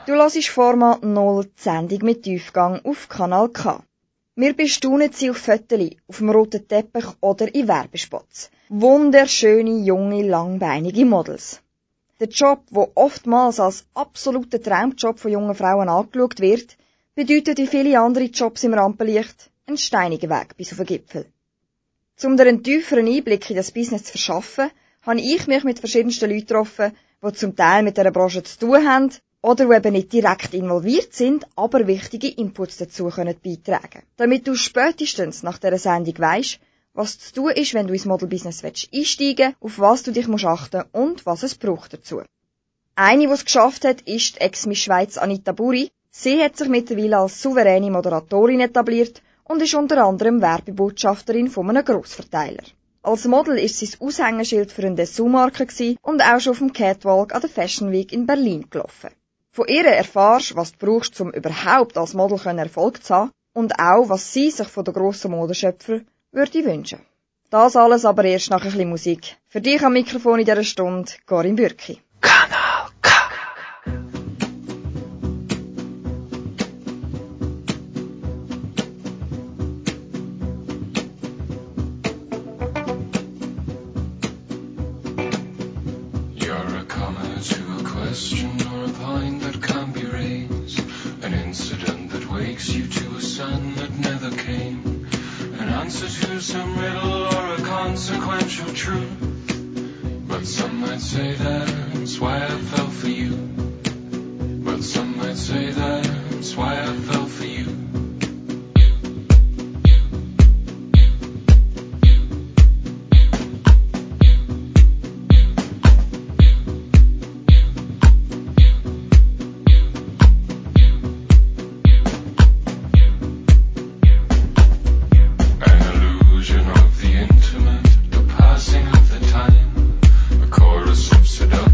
Du hörst Format 0, die Sendung mit Tiefgang auf Kanal K. Wir bestaunen sie auf Fotos, auf dem roten Teppich oder in Werbespots. Wunderschöne, junge, langbeinige Models. Der Job, der oftmals als absoluter Traumjob von jungen Frauen angeschaut wird, bedeutet wie viele andere Jobs im Rampenlicht einen steinigen Weg bis auf den Gipfel. Um dir einen tieferen Einblick in das Business zu verschaffen, habe ich mich mit verschiedensten Leuten getroffen, die zum Teil mit dieser Branche zu tun haben oder die eben nicht direkt involviert sind, aber wichtige Inputs dazu können beitragen. Damit du spätestens nach dieser Sendung weisst, was zu tun ist, wenn du ins Modelbusiness einsteigen willst, auf was du dich achten musst und was es braucht dazu. Eine, die es geschafft hat, ist die Ex-Miss Schweiz Anita Buri. Sie hat sich mittlerweile als souveräne Moderatorin etabliert und ist unter anderem Werbebotschafterin von einem Grossverteiler. Als Model ist sie das Aushängeschild für eine Dessous-Marke und auch schon auf dem Catwalk an der Fashion Week in Berlin gelaufen. Von ihr erfährst, was du brauchst, um überhaupt als Model Erfolg zu haben und auch, was sie sich von den grossen Modeschöpfern würde wünschen. Das alles aber erst nach ein bisschen Musik. Für dich am Mikrofon in dieser Stunde, Corinne Bürki. Kanal K. You're a comma to a question or a point that can't be raised. An incident that wakes you to a sun that never came. An answer to some riddle or a consequential truth. But some might say that's why I fell for you. But some might say that's why I fell for you. An illusion of the intimate, the passing of the time, a chorus of seduction.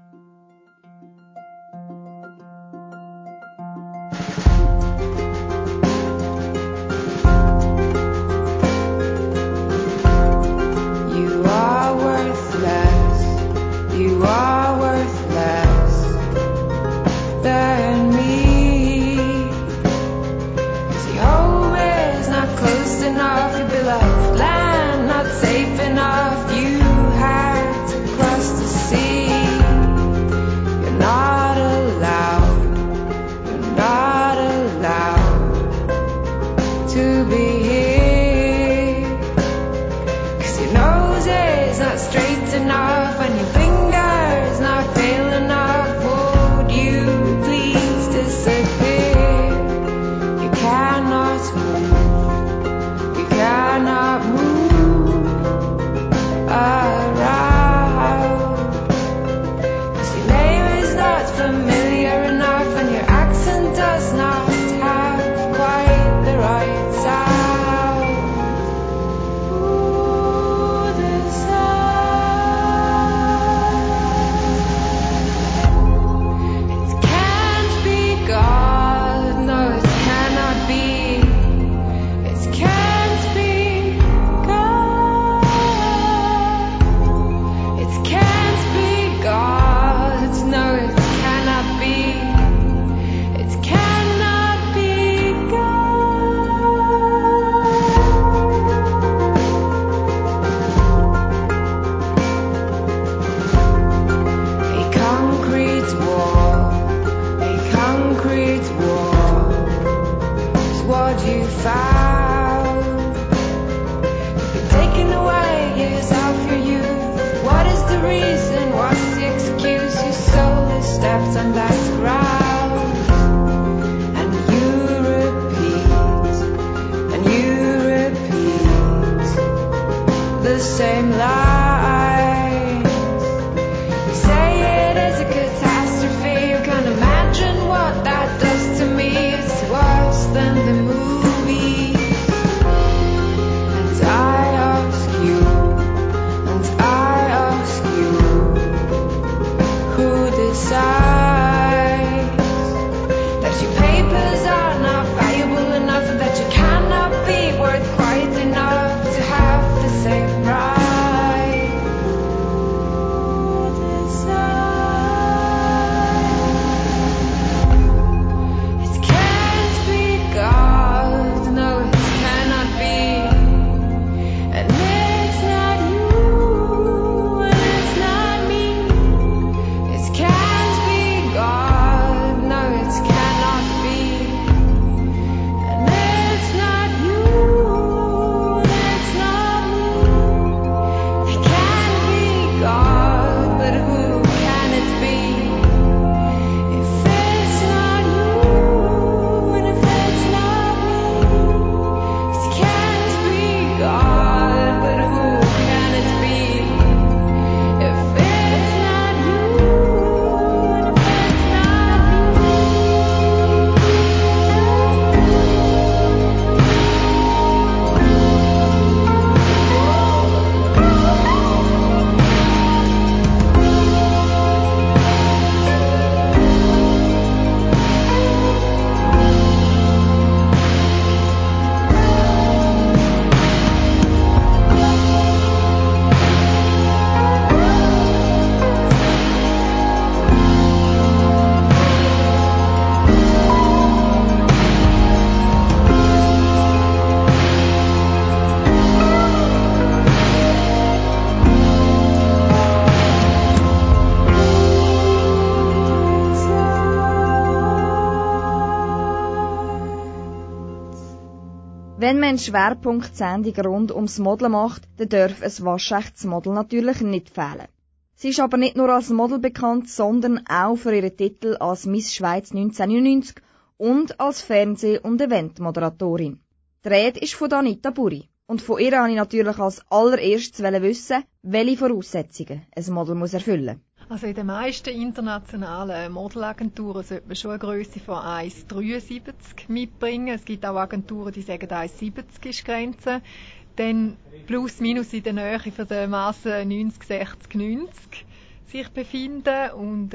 Wenn man eine Schwerpunktsendung rund ums Modeln macht, dann darf ein waschechtes Model natürlich nicht fehlen. Sie ist aber nicht nur als Model bekannt, sondern auch für ihren Titel als Miss Schweiz 1999 und als Fernseh- und Eventmoderatorin. Die Rede ist von Anita Buri. Und von ihr wollte ich natürlich als allererstes wissen, welche Voraussetzungen ein Model muss erfüllen. Also in den meisten internationalen Modelagenturen sollte man schon eine Grösse von 1,73 mitbringen. Es gibt auch Agenturen, die sagen 1,70 ist die Grenze. Dann plus minus in der Nähe von den Massen 90, 60, 90 sich befinden und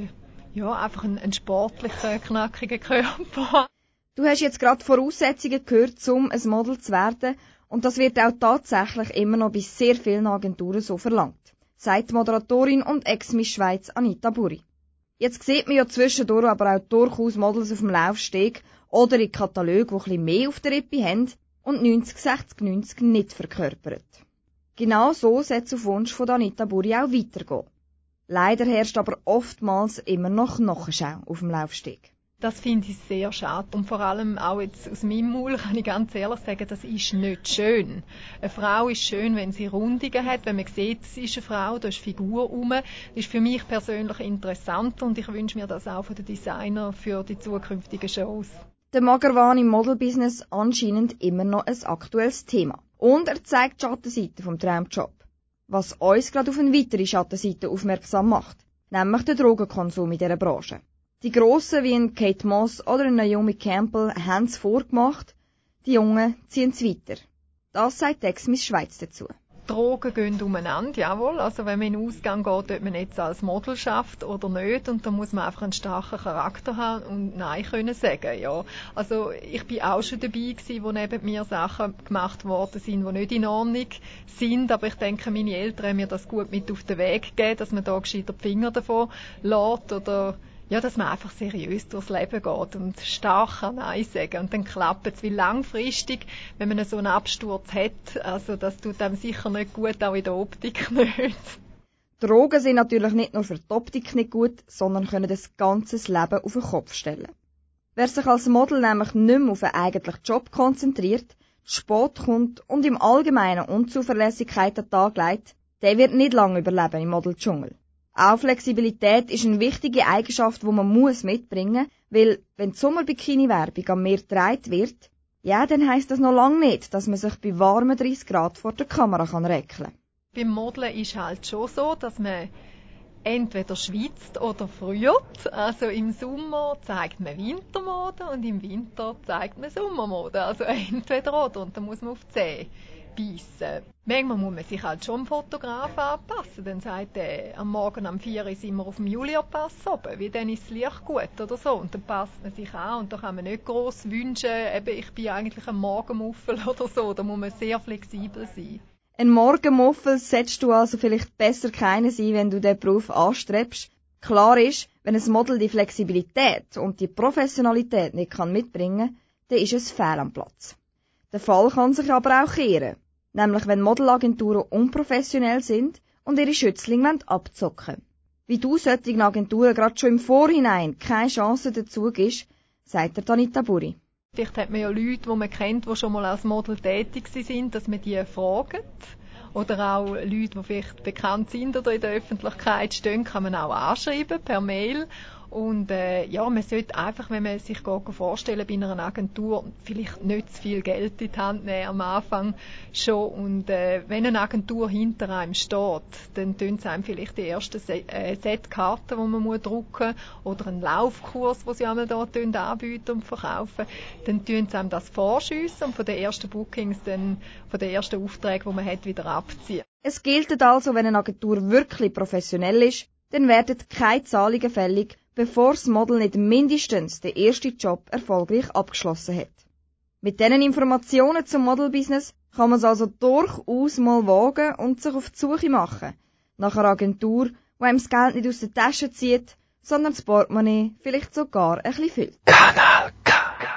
einfach einen sportlichen, knackigen Körper. Du hast jetzt gerade Voraussetzungen gehört, um ein Model zu werden, und das wird auch tatsächlich immer noch bei sehr vielen Agenturen so verlangt, sagt die Moderatorin und Ex-Miss Schweiz Anita Buri. Jetzt sieht man ja zwischendurch aber auch durchaus Models auf dem Laufsteg oder in Katalogen, die ein bisschen mehr auf der Rippe haben und 90, 60, 90 nicht verkörpert. Genau so soll es auf Wunsch von Anita Buri auch weitergehen. Leider herrscht aber oftmals immer noch Nachschau auf dem Laufsteg. Das finde ich sehr schade. Und vor allem auch jetzt aus meinem Maul kann ich ganz ehrlich sagen, das ist nicht schön. Eine Frau ist schön, wenn sie Rundungen hat, wenn man sieht, es ist eine Frau, da ist Figur rum. Das ist für mich persönlich interessant und ich wünsche mir das auch von den Designern für die zukünftigen Shows. Der Magerwahn im Modelbusiness anscheinend immer noch ein aktuelles Thema. Und er zeigt die Schattenseite vom Traumjob. Was uns gerade auf eine weitere Schattenseite aufmerksam macht, nämlich der Drogenkonsum in dieser Branche. Die Grossen wie in Kate Moss oder in Naomi Campbell haben es vorgemacht, die Jungen ziehen es weiter. Das sagt Ex-Miss Schweiz dazu. Drogen gehen umeinander, jawohl. Also wenn man in den Ausgang geht, ob man jetzt als Model schafft oder nicht. Und da muss man einfach einen starken Charakter haben und Nein können sagen, ja. Also ich bin auch schon dabei gewesen, wo neben mir Sachen gemacht worden sind, die nicht in Ordnung sind. Aber ich denke, meine Eltern haben mir das gut mit auf den Weg gegeben, dass man da gescheiter die Finger davon lässt oder ja, dass man einfach seriös durchs Leben geht und stark kann Nein sagen. Und dann klappt es, weil langfristig, wenn man so einen Absturz hat, also das tut einem sicher nicht gut, auch in der Optik nicht. Drogen sind natürlich nicht nur für die Optik nicht gut, sondern können das ganze Leben auf den Kopf stellen. Wer sich als Model nämlich nicht mehr auf einen eigentlichen Job konzentriert, spät kommt und im Allgemeinen Unzuverlässigkeit an den Tag legt, der wird nicht lange überleben im Modeldschungel. Auch Flexibilität ist eine wichtige Eigenschaft, die man mitbringen muss, weil wenn die Sommerbikini-Werbung am Meer getragen wird, ja, dann heisst das noch lange nicht, dass man sich bei warmen 30 Grad vor der Kamera räkeln kann. Beim Modeln ist halt schon so, dass man entweder schwitzt oder friert. Also im Sommer zeigt man Wintermode und im Winter zeigt man Sommermode. Also entweder oder. Und da muss man auf die Zähne beißen. Manchmal muss man sich halt schon am Fotografen anpassen. Dann sagt er, am Morgen um 4 Uhr sind wir auf dem Julia-Pass oben, weil dann ist das Licht gut oder so. Und dann passt man sich an und da kann man nicht gross wünschen, eben, ich bin eigentlich ein Morgenmuffel oder so. Da muss man sehr flexibel sein. Ein Morgenmuffel solltest du also vielleicht besser keiner sein, wenn du diesen Beruf anstrebst. Klar ist, wenn ein Model die Flexibilität und die Professionalität nicht mitbringen kann, dann ist es fehl am Platz. Der Fall kann sich aber auch kehren. Nämlich wenn Modelagenturen unprofessionell sind und ihre Schützlinge abzocken wollen. Wie du solchen Agenturen gerade schon im Vorhinein keine Chance dazu gibst, sagt der Anita Buri. Vielleicht hat man ja Leute, die man kennt, die schon mal als Model tätig sind, dass man die fragt. Oder auch Leute, die vielleicht bekannt sind oder in der Öffentlichkeit stehen, kann man auch anschreiben per Mail. Und man sollte einfach, wenn man sich vorstellen bei einer Agentur, vielleicht nicht zu viel Geld in die Hand nehmen am Anfang schon. Und wenn eine Agentur hinter einem steht, dann tun sie einem vielleicht die ersten Setkarten, die man drucken muss, oder einen Laufkurs, den sie einmal da anbieten und verkaufen. Dann tun sie einem das vorschiessen und von den ersten Bookings, dann von den ersten Aufträgen, die man hat, wieder abziehen. Es gilt also, wenn eine Agentur wirklich professionell ist, dann werden keine Zahlungen fällig, bevor das Model nicht mindestens den ersten Job erfolgreich abgeschlossen hat. Mit diesen Informationen zum Modelbusiness kann man es also durchaus mal wagen und sich auf die Suche machen nach einer Agentur, die einem das Geld nicht aus der Tasche zieht, sondern das Portemonnaie vielleicht sogar ein bisschen füllt. Kanal K.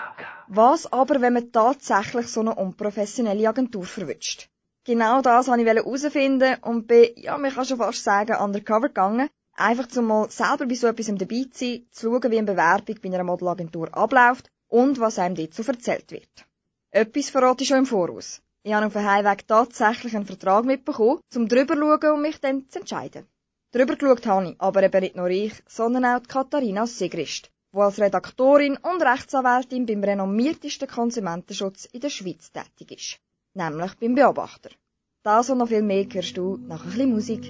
Was aber, wenn man tatsächlich so eine unprofessionelle Agentur verwünscht? Genau das wollte ich herausfinden und bin, man kann schon fast sagen, undercover gegangen. Einfach mal selber bei so etwas dabei zu sein, zu schauen, wie eine Bewerbung bei einer Modelagentur abläuft und was einem dort so erzählt wird. Etwas verrate ich schon im Voraus. Ich habe auf dem Heimweg tatsächlich einen Vertrag mitbekommen, um drüber zu schauen und mich dann zu entscheiden. Drüber geschaut habe ich, aber eben nicht nur ich, sondern auch die Katharina Sigrist, die als Redaktorin und Rechtsanwältin beim renommiertesten Konsumentenschutz in der Schweiz tätig ist. Nämlich beim Beobachter. Das und noch viel mehr hörst du nach ein bisschen Musik.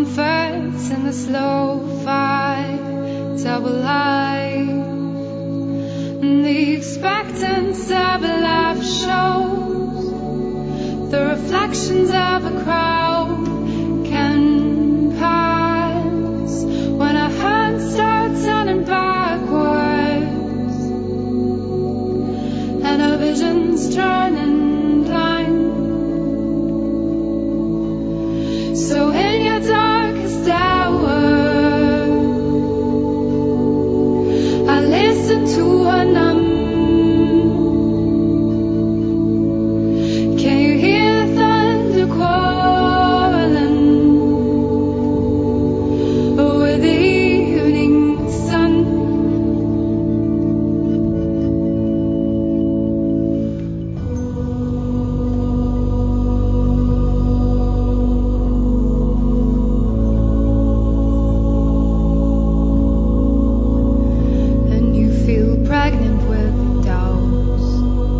comforts in the slow-fi double life. The expectance of a life shows the reflections of a crowd can pass when a hand starts turning backwards and our vision's turning blind. So in your darkest hour, I listen to her numb. Can you hear the thunder quarreling with the evening sun? And you feel pregnant with doubts,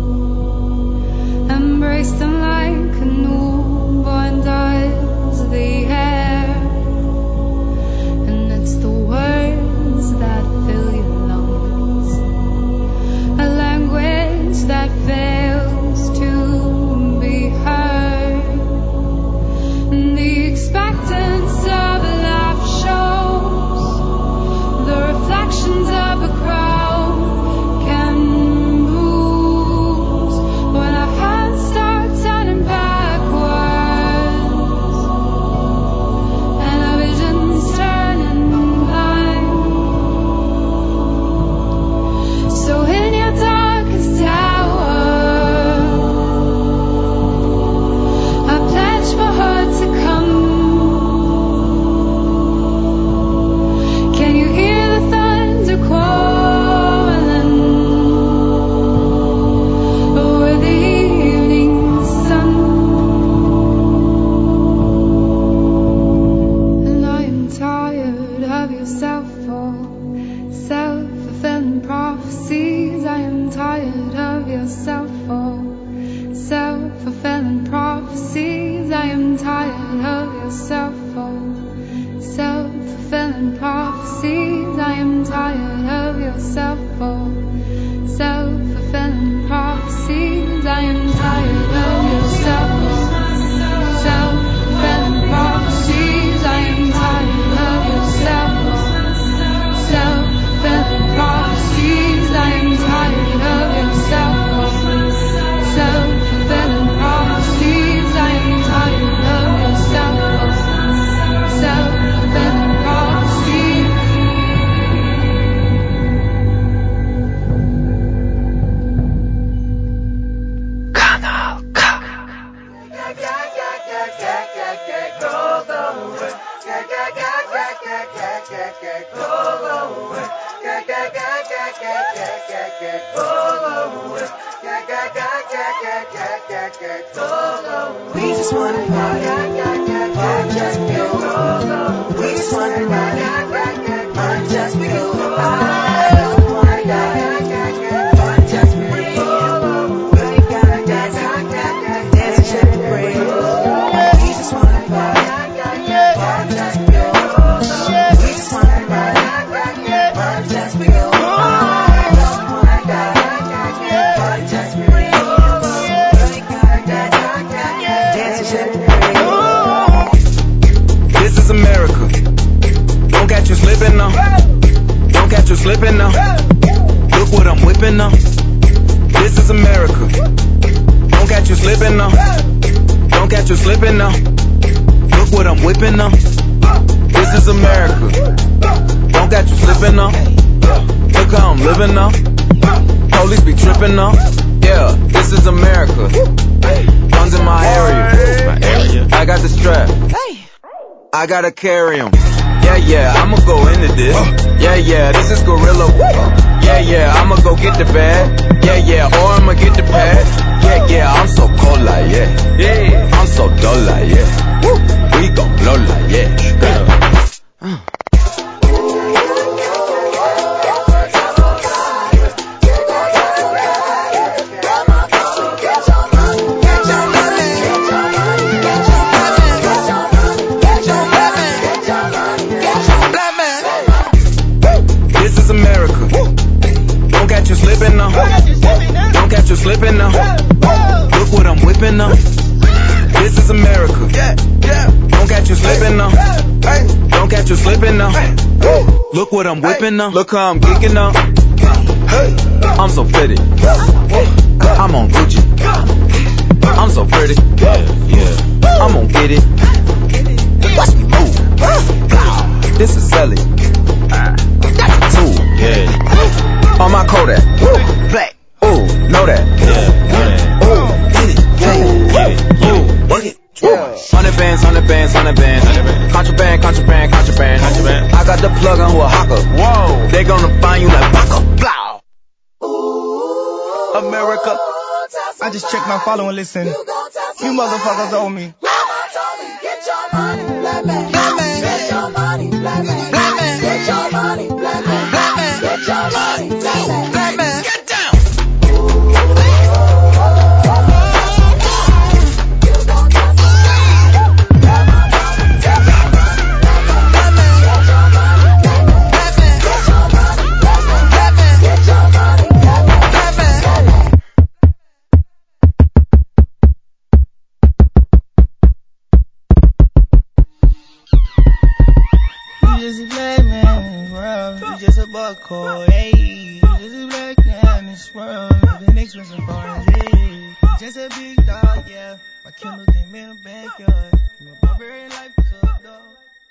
embrace them like a newborn does the air. And it's the words that fill your lungs, a language that fails to be heard. And the expectance of a life shows the reflections of a crowd can bruise when our hands start turning backwards and our vision's turning blind. So in your darkest hour, I pledge for her to come. Can you hear the thunder quarreling with the evening sun? And I am tired of your self-fulfilling prophecies. I am tired of your self-fulfilling prophecies. I am tired of your self-fulfilling prophecies. I am tired of your self-fulfilling prophecies. I am tired of your self-fulfilling prophecies. I am tired of your self-fulfilling prophecies. I am tired of your self-fulfilling prophecies. I am tired of your self-fulfilling prophecies. We just wanna party, just you. We just wanna party, just you. I wanna just me. We gotta dance and shake the breeze. We just wanna party, just you. We just wanna party, just you. This is America. Don't catch you slipping now. Don't catch you slipping now. Look what I'm whipping now. This is America. Don't catch you slipping now. Don't catch you slipping now. Look what I'm whipping now. This is America. Don't catch you slipping now. Look how I'm living now. Police be tripping now. Yeah, this is America. Guns in my area. I got the strap. I gotta carry 'em. Yeah, I'ma go into this. Yeah, this is gorilla. Yeah, I'ma go get the bag. Yeah, or I'ma get the pad. Yeah, I'm so cold like yeah. I'm so dull like yeah. We gon' blow like yeah. slipping now. Look what I'm whipping now. Look how I'm geeking now. I'm so fitted. I'm on Gucci. I'm so pretty. Yeah. I'm gonna get it. Watch me move. This is Sally. That's a tool. Yeah. On my Kodak. Black. Ooh, know that. Yeah. Ooh, get it. Yeah. Ooh, work it. Yeah. 100 bands, 100 bands, 100 bands. Contraband, contraband, contraband. I got the plug on who a hawker. Whoa. They gonna find you like Paco. Blah. America. I just checked my follow and listen. You motherfuckers owe me. Get your money, black man. Get your money, black man. Get your money, black man. Get your money, black man. Get down. Just a black man in this world, you just a buckhole, hey. You just a black man in this world, living expensive foreign, hey. Just a big dog, yeah. My Kindle came in the backyard. You a barbarian life to a dog.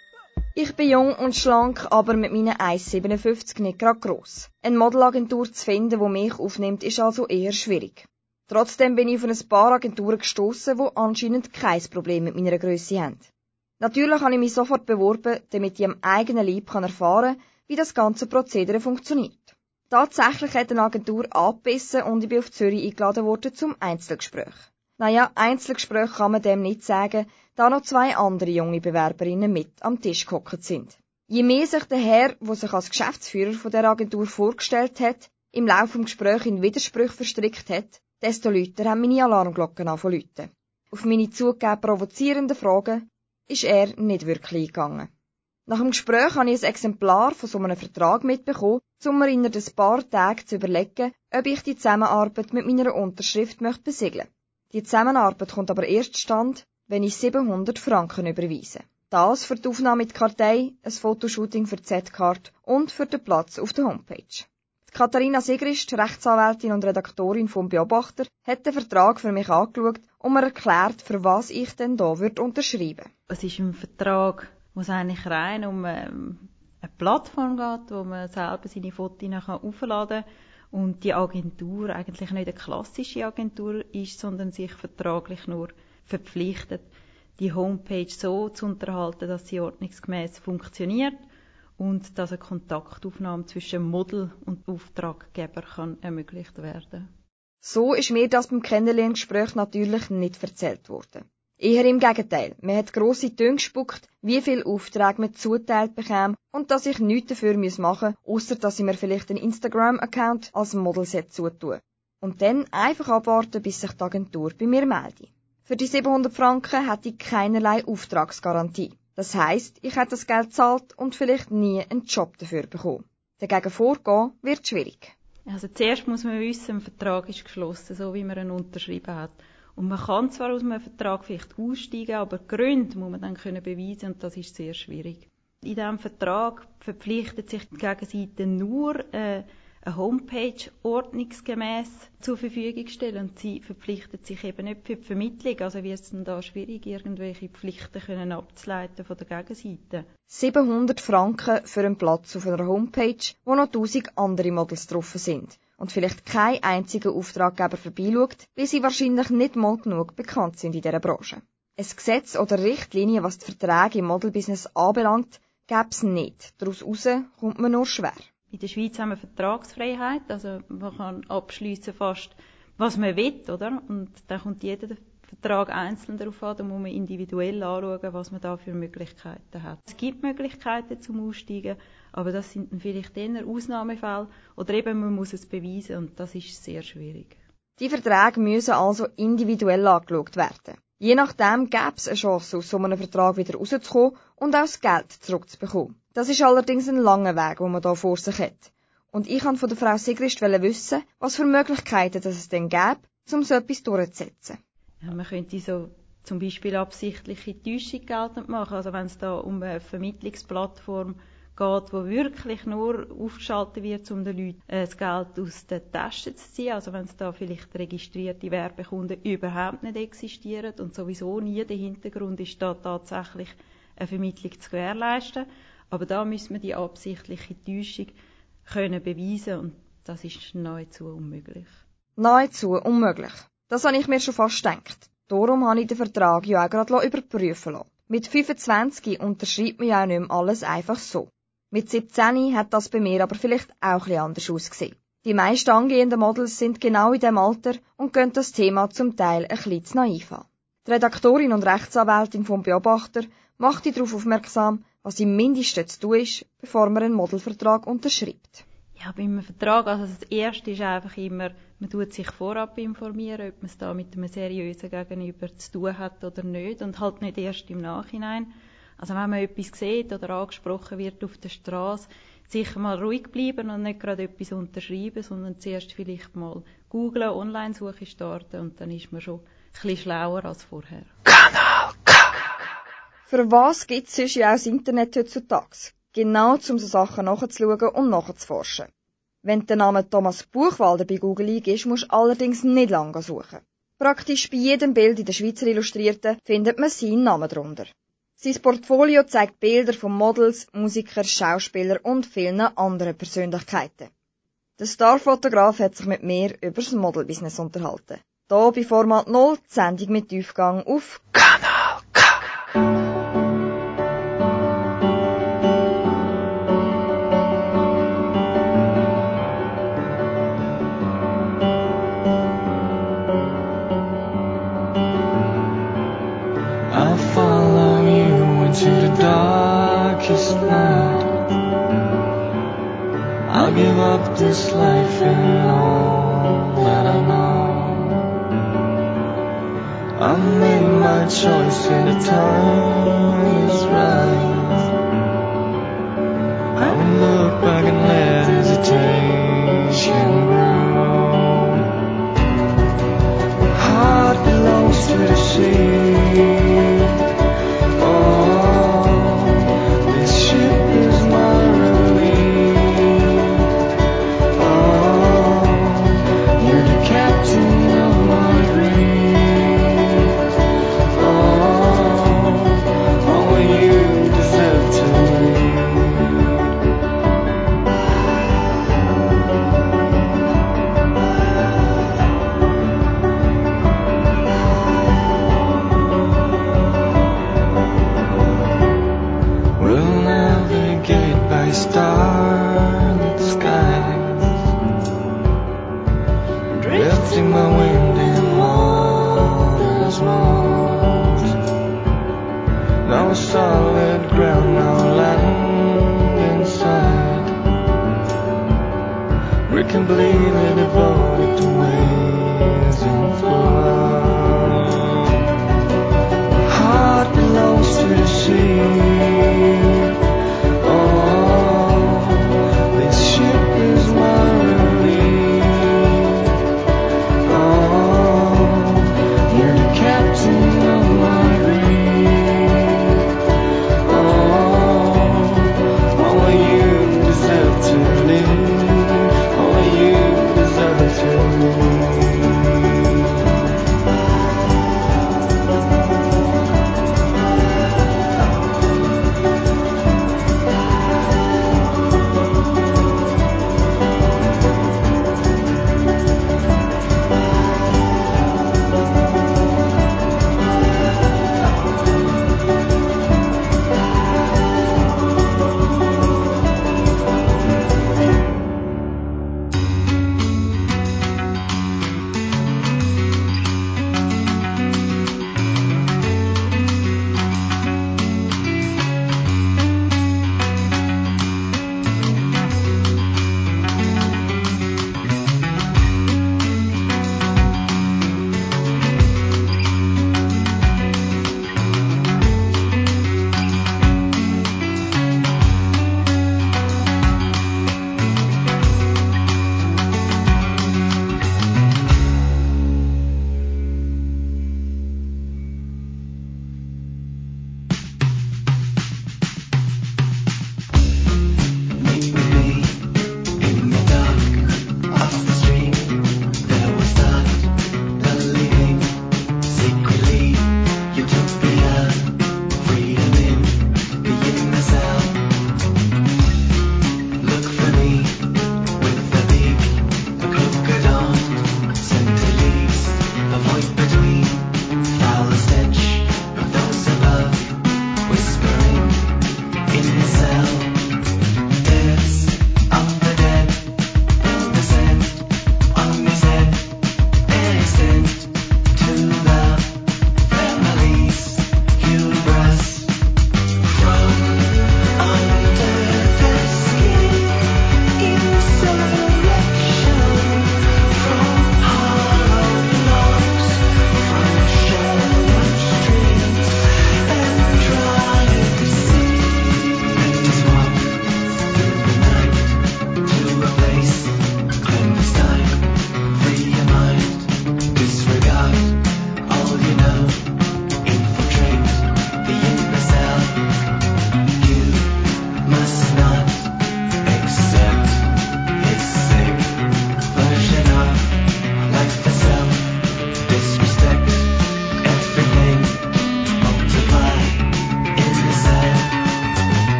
Ich bin jung und schlank, aber mit meinen 1,57 nicht gerade gross. Eine Modelagentur zu finden, die mich aufnimmt, ist also eher schwierig. Trotzdem bin ich auf ein paar Agenturen gestossen, die anscheinend kein Problem mit meiner Grösse haben. Natürlich habe ich mich sofort beworben, damit ich am eigenen Leib erfahren kann, wie das ganze Prozedere funktioniert. Tatsächlich hat eine Agentur angebissen und ich bin auf Zürich eingeladen worden zum Einzelgespräch. Naja, Einzelgespräch kann man dem nicht sagen, da noch 2 andere junge Bewerberinnen mit am Tisch gehockt sind. Je mehr sich der Herr, der sich als Geschäftsführer von der Agentur vorgestellt hat, im Laufe des Gesprächs in Widersprüche verstrickt hat, desto lauter haben meine Alarmglocken angefangen zu läuten. Auf meine zugegeben provozierenden Fragen ist er nicht wirklich eingegangen. Nach dem Gespräch habe ich ein Exemplar von so einem Vertrag mitbekommen, um mir innerhalb ein paar Tagen zu überlegen, ob ich die Zusammenarbeit mit meiner Unterschrift besiegeln möchte. Die Zusammenarbeit kommt aber erst zustande, wenn ich 700 Franken überweise. Das für die Aufnahme mit Kartei, ein Fotoshooting für die Z-Card und für den Platz auf der Homepage. Katharina Sigrist, Rechtsanwältin und Redaktorin vom Beobachter, hat den Vertrag für mich angeschaut und mir erklärt, für was ich denn da unterschreiben würde. Es ist ein Vertrag, wo es eigentlich rein um eine Plattform geht, wo man selber seine Fotos aufladen kann und die Agentur eigentlich nicht eine klassische Agentur ist, sondern sich vertraglich nur verpflichtet, die Homepage so zu unterhalten, dass sie ordnungsgemäß funktioniert und dass eine Kontaktaufnahme zwischen Model und Auftraggeber kann ermöglicht werden. So ist mir das beim Kennenlerngespräch natürlich nicht erzählt worden. Eher im Gegenteil, man hat grosse Töne gespuckt, wie viele Aufträge man zuteilt bekäme und dass ich nichts dafür machen muss, ausser dass ich mir vielleicht einen Instagram-Account als Modelset zutue. Und dann einfach abwarten, bis sich die Agentur bei mir meldet. Für die 700 Franken hätte ich keinerlei Auftragsgarantie. Das heisst, ich hätte das Geld gezahlt und vielleicht nie einen Job dafür bekommen. Dagegen vorgehen wird schwierig. Also zuerst muss man wissen, ein Vertrag ist geschlossen, so wie man ihn unterschrieben hat. Und man kann zwar aus einem Vertrag vielleicht aussteigen, aber die Gründe muss man dann beweisen und das ist sehr schwierig. In diesem Vertrag verpflichtet sich die Gegenseite nur, eine Homepage ordnungsgemäß zur Verfügung stellen und sie verpflichtet sich eben nicht für die Vermittlung. Also wird es dann da schwierig, irgendwelche Pflichten können abzuleiten von der Gegenseite. 700 Franken für einen Platz auf einer Homepage, wo noch 1000 andere Models drauf sind und vielleicht kein einziger Auftraggeber vorbeischaut, weil sie wahrscheinlich nicht mal genug bekannt sind in dieser Branche. Ein Gesetz oder Richtlinie, was die Verträge im Modelbusiness anbelangt, gäbe es nicht. Daraus raus kommt man nur schwer. In der Schweiz haben wir Vertragsfreiheit, also man kann abschliessen fast, was man will, oder? Und dann kommt jeder Vertrag einzeln darauf an, da muss man individuell anschauen, was man da für Möglichkeiten hat. Es gibt Möglichkeiten zum Aussteigen, aber das sind dann vielleicht eher Ausnahmefälle oder eben man muss es beweisen und das ist sehr schwierig. Die Verträge müssen also individuell angeschaut werden. Je nachdem gäbe es eine Chance, aus so einem Vertrag wieder rauszukommen und auch das Geld zurückzubekommen. Das ist allerdings ein langer Weg, den man hier vor sich hat. Und ich wollte von der Frau Sigrist wissen, was für Möglichkeiten es denn gäbe, um so etwas durchzusetzen. Ja, man könnte so zum Beispiel absichtliche Täuschung geltend machen. Also wenn es da um eine Vermittlungsplattform geht, wo wirklich nur aufgeschaltet wird, um den Leuten das Geld aus den Taschen zu ziehen. Also wenn es da vielleicht registrierte Werbekunden überhaupt nicht existieren und sowieso nie der Hintergrund ist, da tatsächlich eine Vermittlung zu gewährleisten. Aber da müssen wir die absichtliche Täuschung können beweisen und das ist nahezu unmöglich. Nahezu unmöglich. Das habe ich mir schon fast gedacht. Darum habe ich den Vertrag ja auch gerade überprüfen lassen. Mit 25 unterschreibt man ja auch nicht mehr alles einfach so. Mit 17 hat das bei mir aber vielleicht auch ein bisschen anders ausgesehen. Die meisten angehenden Models sind genau in diesem Alter und gehen das Thema zum Teil ein bisschen zu naiv an. Die Redaktorin und Rechtsanwältin vom Beobachter macht dich darauf aufmerksam, was im Mindesten zu tun ist, bevor man einen Modelvertrag unterschreibt. Ja, bei einem Vertrag, also das Erste ist einfach immer, man tut sich vorab informieren, ob man es da mit einem seriösen Gegenüber zu tun hat oder nicht und halt nicht erst im Nachhinein. Also wenn man etwas sieht oder angesprochen wird auf der Straße, sicher mal ruhig bleiben und nicht gerade etwas unterschreiben, sondern zuerst vielleicht mal googlen, Online-Suche starten und dann ist man schon ein bisschen schlauer als vorher. Kanal K. Für was gibt es sonst ja auch das Internet heutzutage? Genau, um so Sachen nachzuschauen und nachzuforschen. Wenn du den Namen Thomas Buchwalder bei Google eingibst, musst du allerdings nicht lange suchen. Praktisch bei jedem Bild in der Schweizer Illustrierten findet man seinen Namen drunter. Sein Portfolio zeigt Bilder von Models, Musikern, Schauspielern und vielen anderen Persönlichkeiten. Der Starfotograf hat sich mit mir über das Modelbusiness unterhalten. Hier bei Format 0, die Sendung mit Tiefgang auf Kanal K. I'll follow you into the darkest night. I'll give up this life and all that I know. I made my choice and the time is right. I will look back and let hesitation grow. My heart belongs to the sea. Starlit skies, drifting my wind in waters mold. No solid ground, no land in sight. We can believe it devoted to waves and flood. Heart belongs to the sea. This ship is my relief. Oh,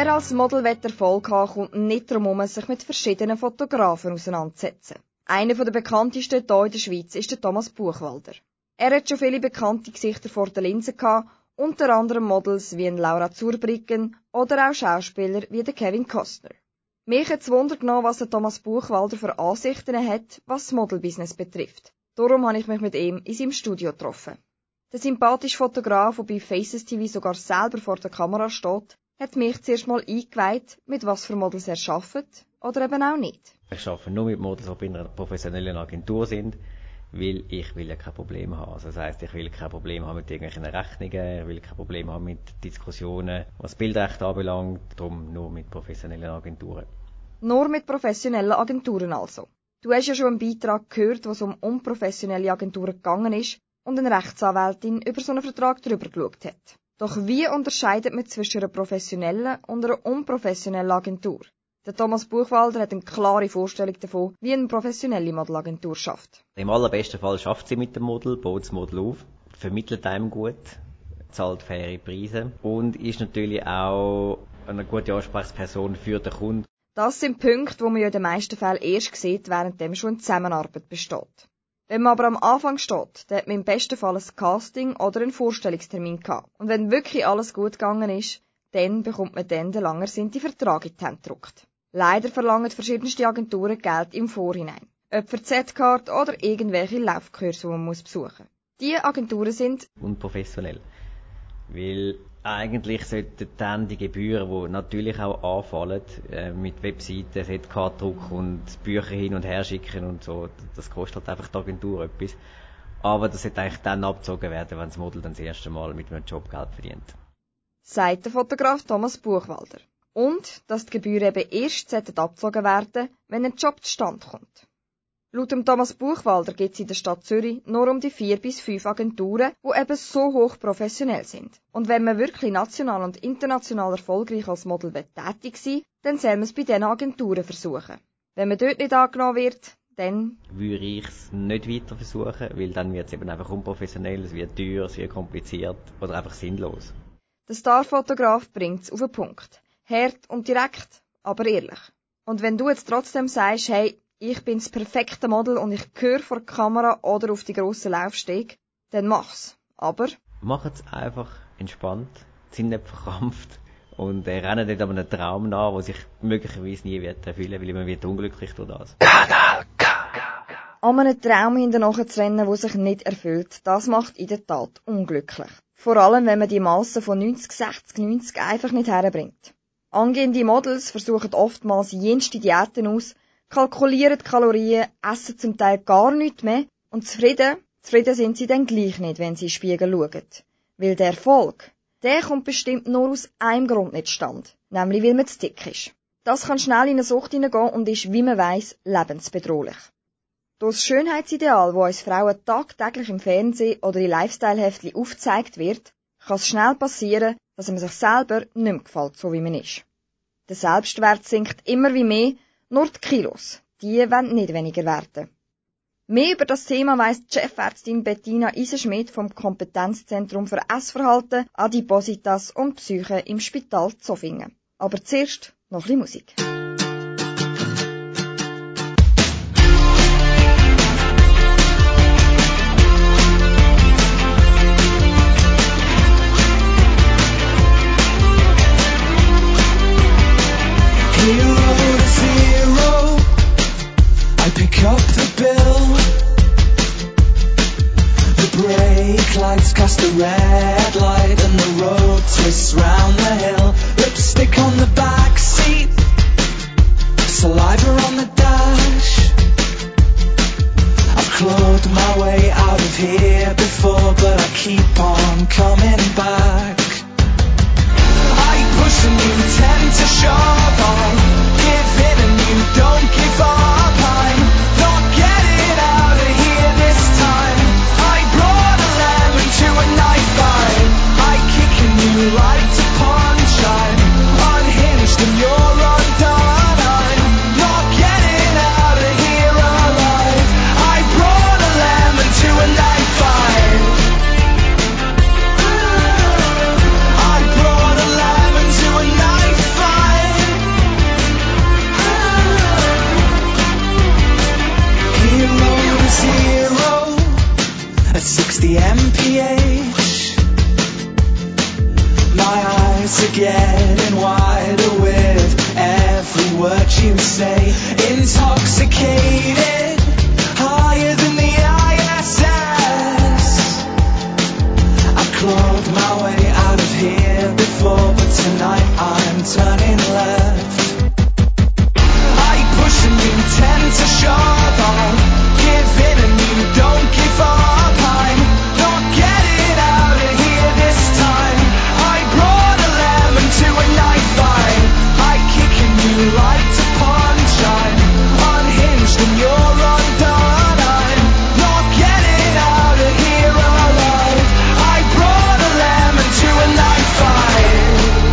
Wer als Model Erfolg haben will, kommt nicht darum herum, sich mit verschiedenen Fotografen auseinanderzusetzen. Einer der bekanntesten hier in der Schweiz ist der Thomas Buchwalder. Er hat schon viele bekannte Gesichter vor der Linse gehabt, unter anderem Models wie Laura Zurbriggen oder auch Schauspieler wie der Kevin Costner. Mich hat es Wunder genommen, was der Thomas Buchwalder für Ansichten hat, was das Modelbusiness betrifft. Darum habe ich mich mit ihm in seinem Studio getroffen. Der sympathische Fotograf, der bei Faces TV sogar selber vor der Kamera steht, hat mich zuerst mal eingeweiht, mit was für Models er arbeitet oder eben auch nicht. Ich arbeite nur mit Models, die bei einer professionellen Agentur sind, weil ich will ja kein Problem haben. Also das heisst, ich will kein Problem haben mit irgendwelchen Rechnungen, ich will kein Problem haben mit Diskussionen, was Bildrecht anbelangt, darum nur mit professionellen Agenturen. Nur mit professionellen Agenturen also. Du hast ja schon einen Beitrag gehört, wo es um unprofessionelle Agenturen gegangen ist und eine Rechtsanwältin über so einen Vertrag drüber geschaut hat. Doch wie unterscheidet man zwischen einer professionellen und einer unprofessionellen Agentur? Der Thomas Buchwalder hat eine klare Vorstellung davon, wie eine professionelle Modelagentur schafft. Im allerbesten Fall schafft sie mit dem Model, baut das Model auf, vermittelt einem gut, zahlt faire Preise und ist natürlich auch eine gute Ansprechperson für den Kunden. Das sind Punkte, die man ja in den meisten Fällen erst sieht, während schon eine Zusammenarbeit besteht. Wenn man aber am Anfang steht, dann hat man im besten Fall ein Casting oder einen Vorstellungstermin gehabt. Und wenn wirklich alles gut gegangen ist, dann bekommt man dann den langersehnten Vertrag in die Hand gedruckt. Leider verlangen verschiedenste Agenturen Geld im Vorhinein. Ob für Z-Card oder irgendwelche Laufkurse, die man besuchen muss. Diese Agenturen sind unprofessionell. Weil eigentlich sollten dann die Gebühren, die natürlich auch anfallen, mit Webseiten, Z-Card-Druck und Bücher hin und her schicken und so, das kostet halt einfach die Agentur etwas. Aber das sollte eigentlich dann abgezogen werden, wenn das Model dann das erste Mal mit einem Job Geld verdient. Sagt der Fotograf Thomas Buchwalder. Und, dass die Gebühren eben erst abgezogen werden, wenn ein Job zustande kommt. Laut dem Thomas Buchwalder geht es in der Stadt Zürich nur um die 4 bis 5 Agenturen, die eben so hoch professionell sind. Und wenn man wirklich national und international erfolgreich als Model tätig sein will, dann soll man es bei diesen Agenturen versuchen. Wenn man dort nicht angenommen wird, dann würde ich es nicht weiter versuchen, weil dann wird es eben einfach unprofessionell, es wird teuer, es wird kompliziert oder einfach sinnlos. Der Starfotograf bringt es auf den Punkt. Hart und direkt, aber ehrlich. Und wenn du jetzt trotzdem sagst, hey, ich bin das perfekte Model und ich gehöre vor die Kamera oder auf die grossen Laufsteg, dann mach's. Aber macht es einfach entspannt, sind nicht verkrampft und rennen nicht an einem Traum nach, der sich möglicherweise nie wird erfüllen, weil man wird unglücklich durch das. Kanal K. An einem Traum hinterher zu rennen, der sich nicht erfüllt, das macht in der Tat unglücklich. Vor allem, wenn man die Masse von 90, 60, 90 einfach nicht herbringt. Angehende Models versuchen oftmals jenste Diäten aus, kalkulieren die Kalorien, essen zum Teil gar nichts mehr und zufrieden sind sie dann gleich nicht, wenn sie in den Spiegel schauen. Weil der Erfolg, der kommt bestimmt nur aus einem Grund nicht zustande, nämlich weil man zu dick ist. Das kann schnell in eine Sucht hineingehen und ist, wie man weiss, lebensbedrohlich. Durch das Schönheitsideal, das uns Frauen tagtäglich im Fernsehen oder in Lifestyle-Heftchen aufgezeigt wird, kann es schnell passieren, dass man sich selber nicht mehr gefällt, so wie man ist. Der Selbstwert sinkt immer wie mehr, nur die Kilos, die wollen nicht weniger werden. Mehr über das Thema weiss die Chefärztin Bettina Isenschmidt vom Kompetenzzentrum für Essverhalten, Adipositas und Psyche im Spital Zofingen. Aber zuerst noch ein bisschen Musik. Pick up the bill. The brake lights cast a red light and the road twists round the hill. Lipstick on the back seat, saliva on the dash. I've clawed my way out of here before, but I keep on coming back. I push and you tend to shove on. Give in and you don't give up. I'm not getting out of here this time. I brought a lemon to a knife fight. I kick and you like to punch. I'm unhinged and you're undone. I'm not getting out of here alive. I brought a lemon to a knife fight. I brought a lemon to a knife fight. getting wider with every word you say. Intoxicated, higher than the ISS. I clawed my way out of here before, but tonight I'm turning left. I push and you tend to shove on, give in and you don't give up. I'm not getting out of here this time. I brought a lemon to a knife fight. I kick and you like to punch. I'm unhinged and you're undone. I'm not getting out of here alive. I brought a lemon to a knife fight.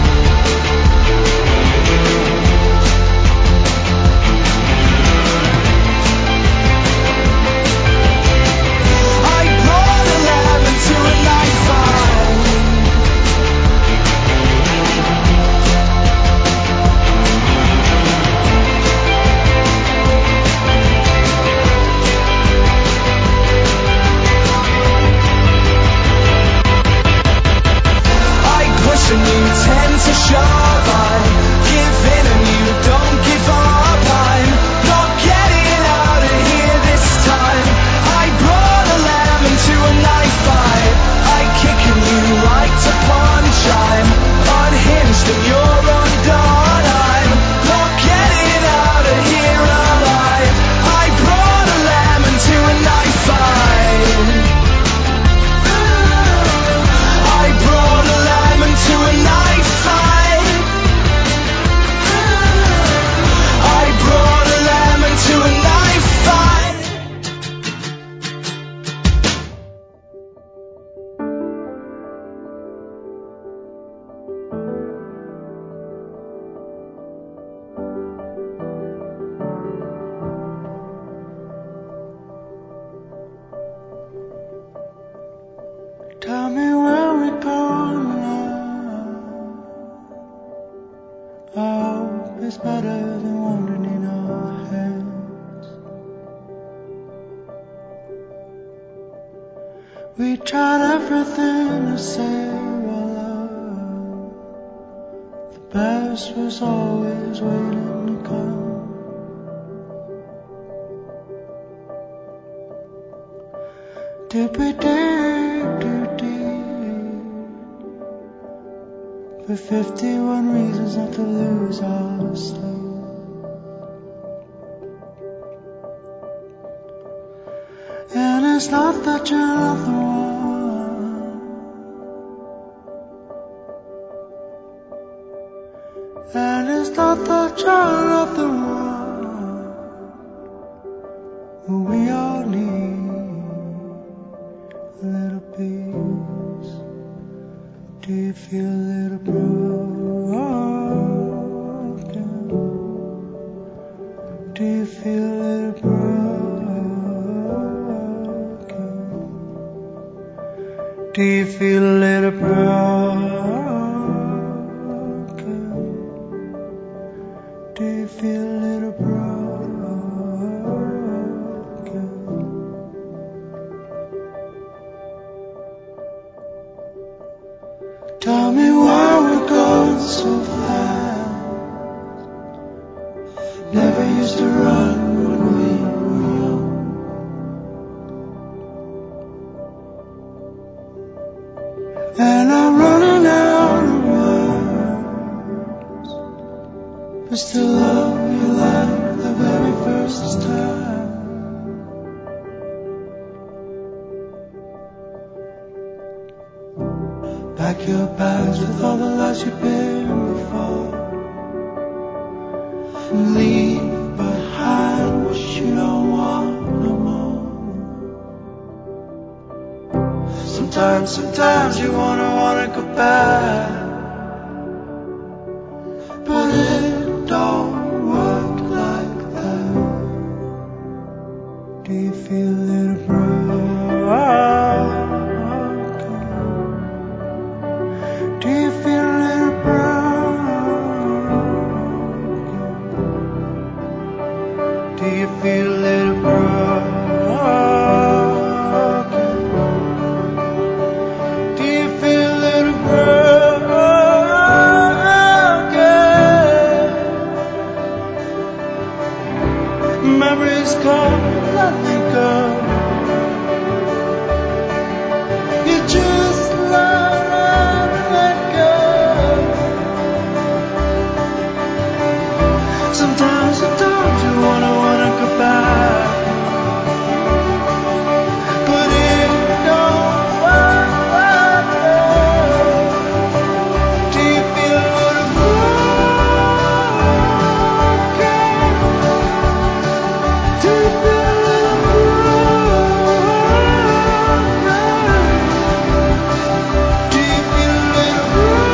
And you tend to shove. I give in and you don't give up. I'm not getting out of here this time. I brought a lemon to a knife fight. I kick and you like to punch. I'm unhinged and you're undone. I'm not getting out of here alive. I brought a lemon to a knife fight. I brought a lemon to a knife fight. I brought a lemon to a knife fight. Tell me where we go now. I hope it's better than wandering in our heads. We tried everything to save our love. The best was always waiting to come. Did we dig too deep for 51 reasons not to lose our sleep? And it's not that you're not the one, and it's not that you're not the one who we all need. A little peace. Do you feel a little broken? Do you feel a little broken? Do you feel a little broken? Do you feel a little broken? Tell me why we're going so fast. Never used to run when we were young. And I'm running out of words, but still love you like the very first time. Pack your bags with all the lies you've been before, and leave behind what you don't want no more. Sometimes you wanna go back, but it don't work like that. Do you feel a little broken? Do you feel a little broken? Do you feel a little broken? Do you feel a little broken? Sometimes you wanna go back, but it don't work. Do you feel a little broken? Do you feel a little broken? Do you feel a little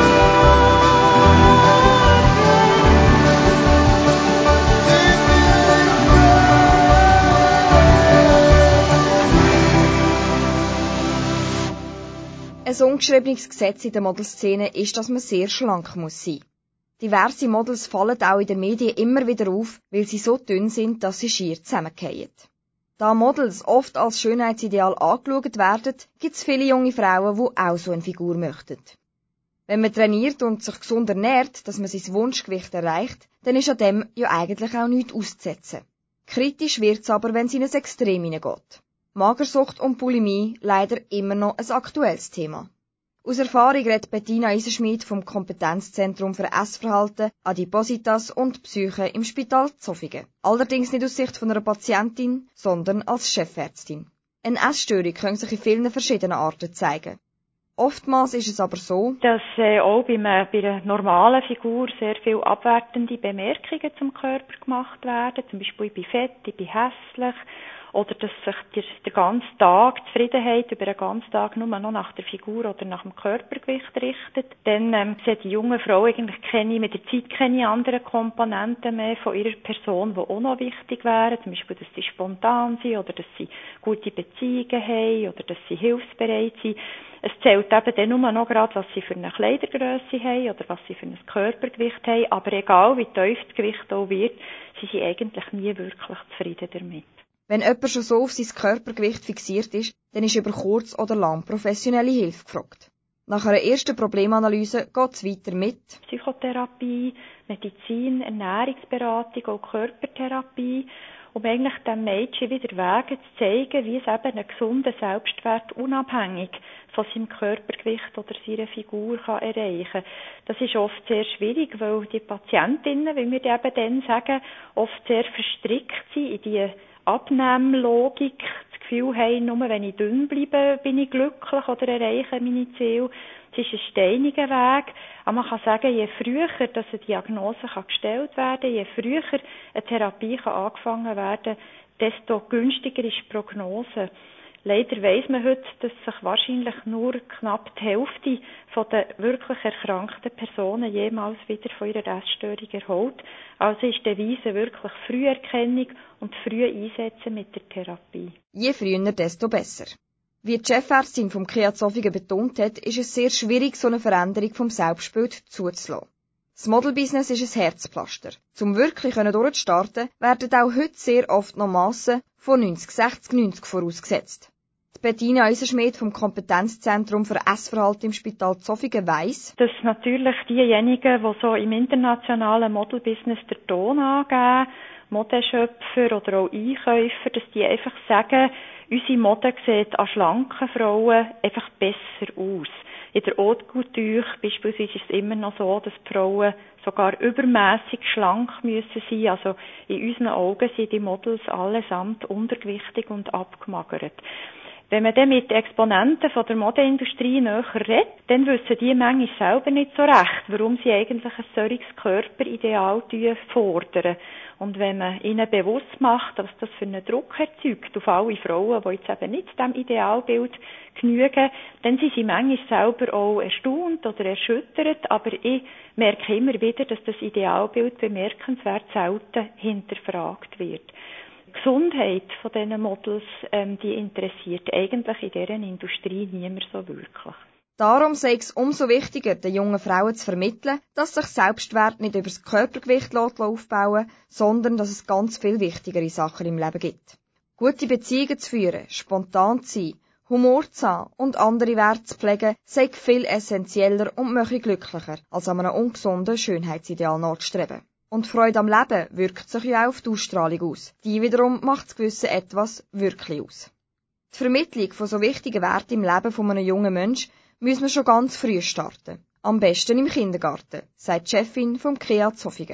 Ein ungeschriebenes Gesetz in der Modelszene ist, dass man sehr schlank muss sein. Diverse Models fallen auch in den Medien immer wieder auf, weil sie so dünn sind, dass sie schier zusammenfallen. Da Models oft als Schönheitsideal angeschaut werden, gibt es viele junge Frauen, die auch so eine Figur möchten. Wenn man trainiert und sich gesund ernährt, dass man sein Wunschgewicht erreicht, dann ist an dem ja eigentlich auch nichts auszusetzen. Kritisch wird's aber, wenn es in ein Extrem hineingeht. Magersucht und Bulimie leider immer noch ein aktuelles Thema. Aus Erfahrung redet Bettina Eisenschmidt vom Kompetenzzentrum für Essverhalten, Adipositas und Psyche im Spital Zofingen. Allerdings nicht aus Sicht von einer Patientin, sondern als Chefärztin. Eine Essstörung kann sich in vielen verschiedenen Arten zeigen. Oftmals ist es aber so, dass auch bei einer normalen Figur sehr viele abwertende Bemerkungen zum Körper gemacht werden. Zum Beispiel, ich bin fett, ich bin hässlich. Oder dass sich der ganze Tag, die Zufriedenheit über den ganzen Tag nur noch nach der Figur oder nach dem Körpergewicht richtet. Dann sehen die jungen Frauen eigentlich mit der Zeit keine anderen Komponenten mehr von ihrer Person, die auch noch wichtig wären. Zum Beispiel, dass sie spontan sind oder dass sie gute Beziehungen haben oder dass sie hilfsbereit sind. Es zählt eben dann nur noch gerade, was sie für eine Kleidergrösse haben oder was sie für ein Körpergewicht haben. Aber egal, wie tief das Gewicht auch wird, sie sind eigentlich nie wirklich zufrieden damit. Wenn jemand schon so auf sein Körpergewicht fixiert ist, dann ist über kurz oder lang professionelle Hilfe gefragt. Nach einer ersten Problemanalyse geht es weiter mit Psychotherapie, Medizin, Ernährungsberatung, auch Körpertherapie, um eigentlich dem Mädchen wieder Wege zu zeigen, wie es eben einen gesunden Selbstwert unabhängig von seinem Körpergewicht oder seiner Figur kann erreichen kann. Das ist oft sehr schwierig, weil die Patientinnen, wie wir eben dann sagen, oft sehr verstrickt sind in die Abnehmlogik, das Gefühl haben, nur wenn ich dünn bleibe, bin ich glücklich oder erreiche meine Ziele. Es ist ein steiniger Weg, aber man kann sagen, je früher dass eine Diagnose gestellt werden kann, je früher eine Therapie angefangen werden kann, desto günstiger ist die Prognose. Leider weiss man heute, dass sich wahrscheinlich nur knapp die Hälfte der wirklich erkrankten Personen jemals wieder von ihrer Essstörung erholt. Also ist die Devise wirklich Früherkennung und früh einsetzen mit der Therapie. Je früher, desto besser. Wie die Chefärztin vom KEA Zofingen betont hat, ist es sehr schwierig, so eine Veränderung vom Selbstbild zuzulassen. Das Modelbusiness ist ein Herzpflaster. Zum wirklich durchzustarten, werden auch heute sehr oft noch Massen von 90, 60, 90 vorausgesetzt. Die Bettina Eisenschmidt vom Kompetenzzentrum für Essverhalten im Spital Zofingen weiss, dass natürlich diejenigen, die so im internationalen Modelbusiness den Ton angeben, Modeschöpfer oder auch Einkäufer, dass die einfach sagen, unsere Mode sieht an schlanken Frauen einfach besser aus. In der Haute Couture beispielsweise ist es immer noch so, dass die Frauen sogar übermässig schlank müssen sein. Also in unseren Augen sind die Models allesamt untergewichtig und abgemagert. Wenn man dann mit Exponenten von der Modeindustrie näher redet, dann wissen die manchmal selber nicht so recht, warum sie eigentlich ein solches Körperideal fordern. Und wenn man ihnen bewusst macht, was das für einen Druck erzeugt auf alle Frauen, die jetzt eben nicht diesem Idealbild genügen, dann sind sie manchmal selber auch erstaunt oder erschüttert. Aber ich merke immer wieder, dass das Idealbild bemerkenswert selten hinterfragt wird. Die Gesundheit von diesen Models, die interessiert eigentlich in dieser Industrie niemand so wirklich. Darum sei es umso wichtiger, den jungen Frauen zu vermitteln, dass sich Selbstwert nicht über das Körpergewicht aufbauen lässt, sondern dass es ganz viel wichtigere Sachen im Leben gibt. Gute Beziehungen zu führen, spontan zu sein, Humor zu haben und andere Werte zu pflegen, sei viel essentieller und mache glücklicher, als an einem ungesunden Schönheitsideal nachzustreben. Und Freude am Leben wirkt sich ja auch auf die Ausstrahlung aus. Die wiederum macht das gewisse Etwas wirklich aus. Die Vermittlung von so wichtigen Werten im Leben von einem jungen Menschen müssen wir schon ganz früh starten. Am besten im Kindergarten, sagt die Chefin vom KEA Zofingen.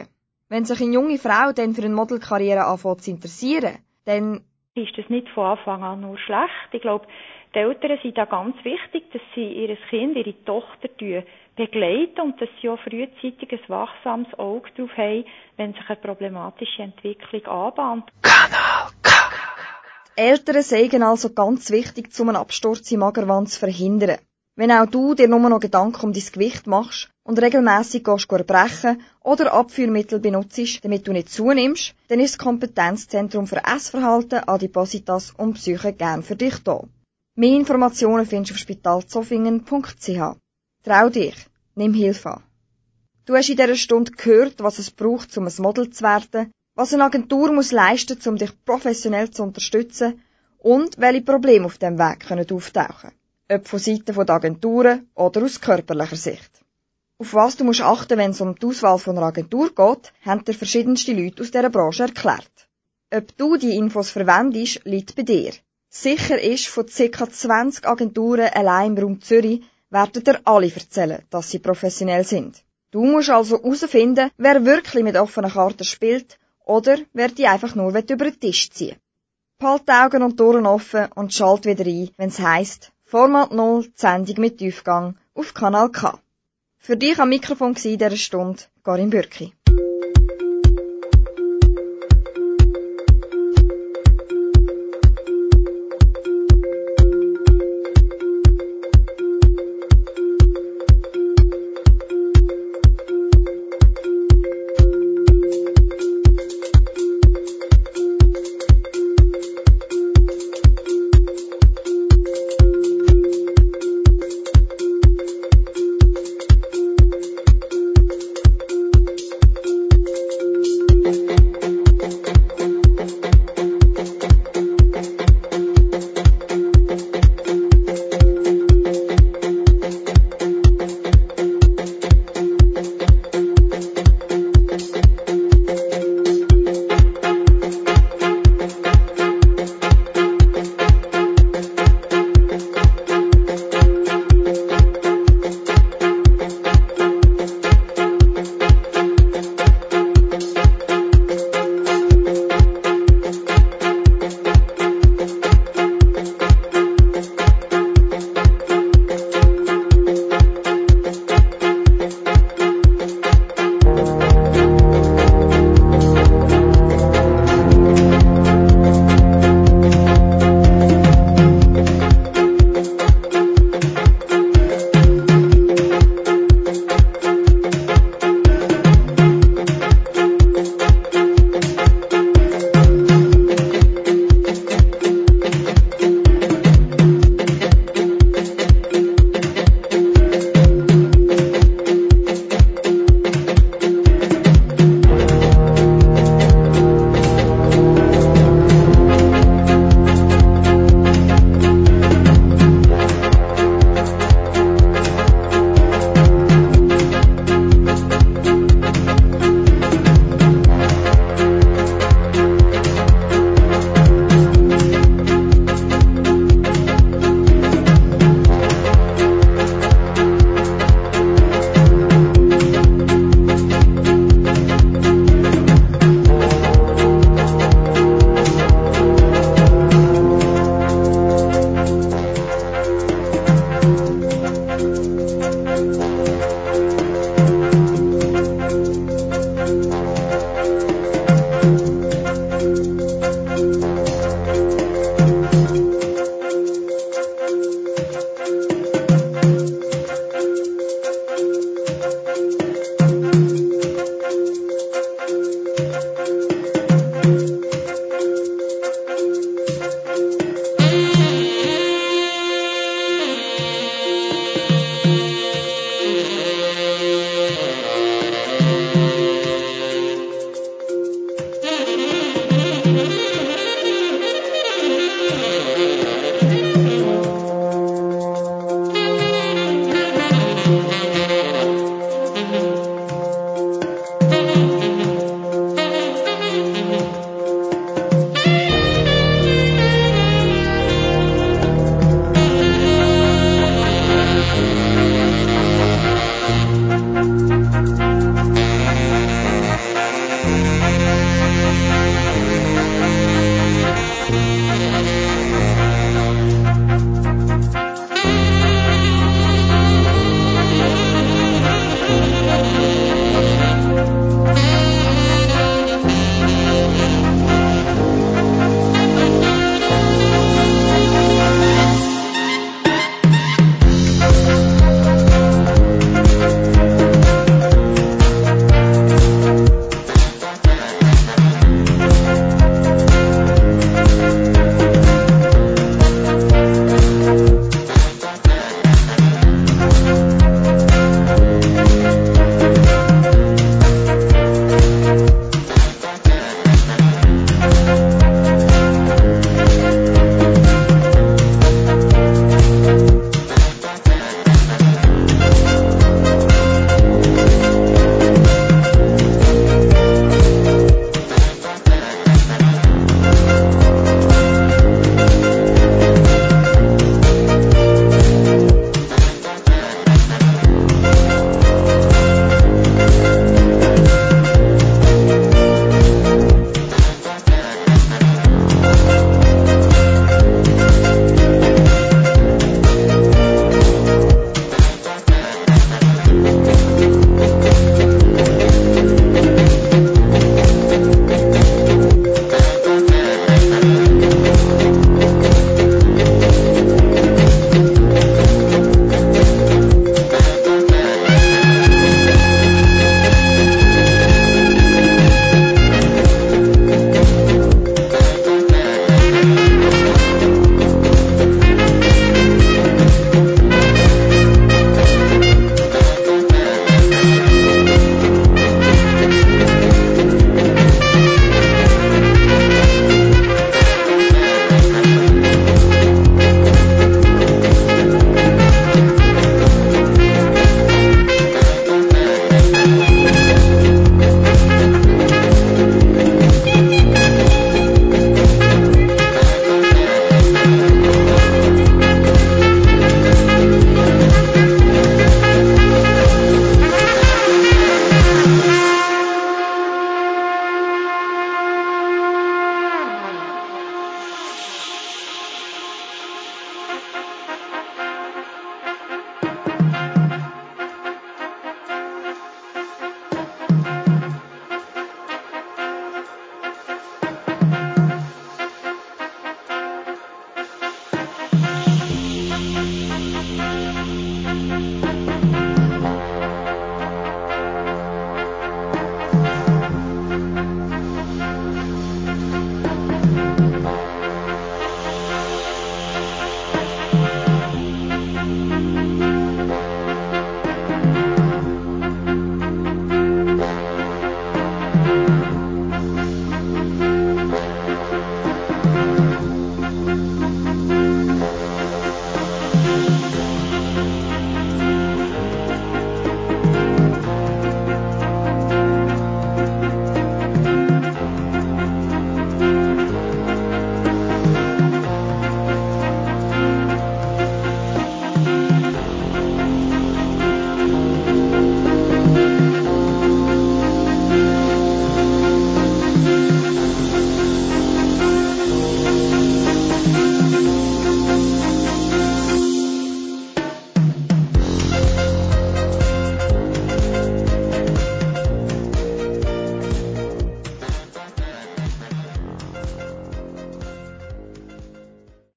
Wenn sich eine junge Frau dann für eine Modelkarriere anfängt zu interessieren, dann ist das nicht von Anfang an nur schlecht. Ich glaube, die Eltern sind da ganz wichtig, dass sie ihr Kind, ihre Tochter begleiten und dass sie auch frühzeitig ein wachsames Auge drauf haben, wenn sich eine problematische Entwicklung anbahnt. Kanal K. Die Eltern sagen also ganz wichtig, um einen Absturz im Magerwand zu verhindern. Wenn auch du dir nur noch Gedanken um dein Gewicht machst und regelmässig gehst erbrechen oder Abführmittel benutzt, damit du nicht zunimmst, dann ist das Kompetenzzentrum für Essverhalten, Adipositas und Psyche gern für dich da. Mehr Informationen findest du auf spitalzofingen.ch. Trau dich, nimm Hilfe an. Du hast in dieser Stunde gehört, was es braucht, um ein Model zu werden, was eine Agentur muss leisten, um dich professionell zu unterstützen und welche Probleme auf diesem Weg auftauchen können. Ob von Seiten der Agenturen oder aus körperlicher Sicht. Auf was du musst achten, wenn es um die Auswahl von einer Agentur geht, haben dir verschiedenste Leute aus dieser Branche erklärt. Ob du die Infos verwendest, liegt bei dir. Sicher ist, von ca. 20 Agenturen allein im Raum Zürich werden dir alle erzählen, dass sie professionell sind. Du musst also herausfinden, wer wirklich mit offenen Karten spielt oder wer die einfach nur über den Tisch ziehen will. Behalte die Augen und die Ohren offen und schalt wieder ein, wenn es heisst Format 0, die Sendung mit Tiefgang auf Kanal K. Für dich am Mikrofon in dieser Stunde Karin Bürki.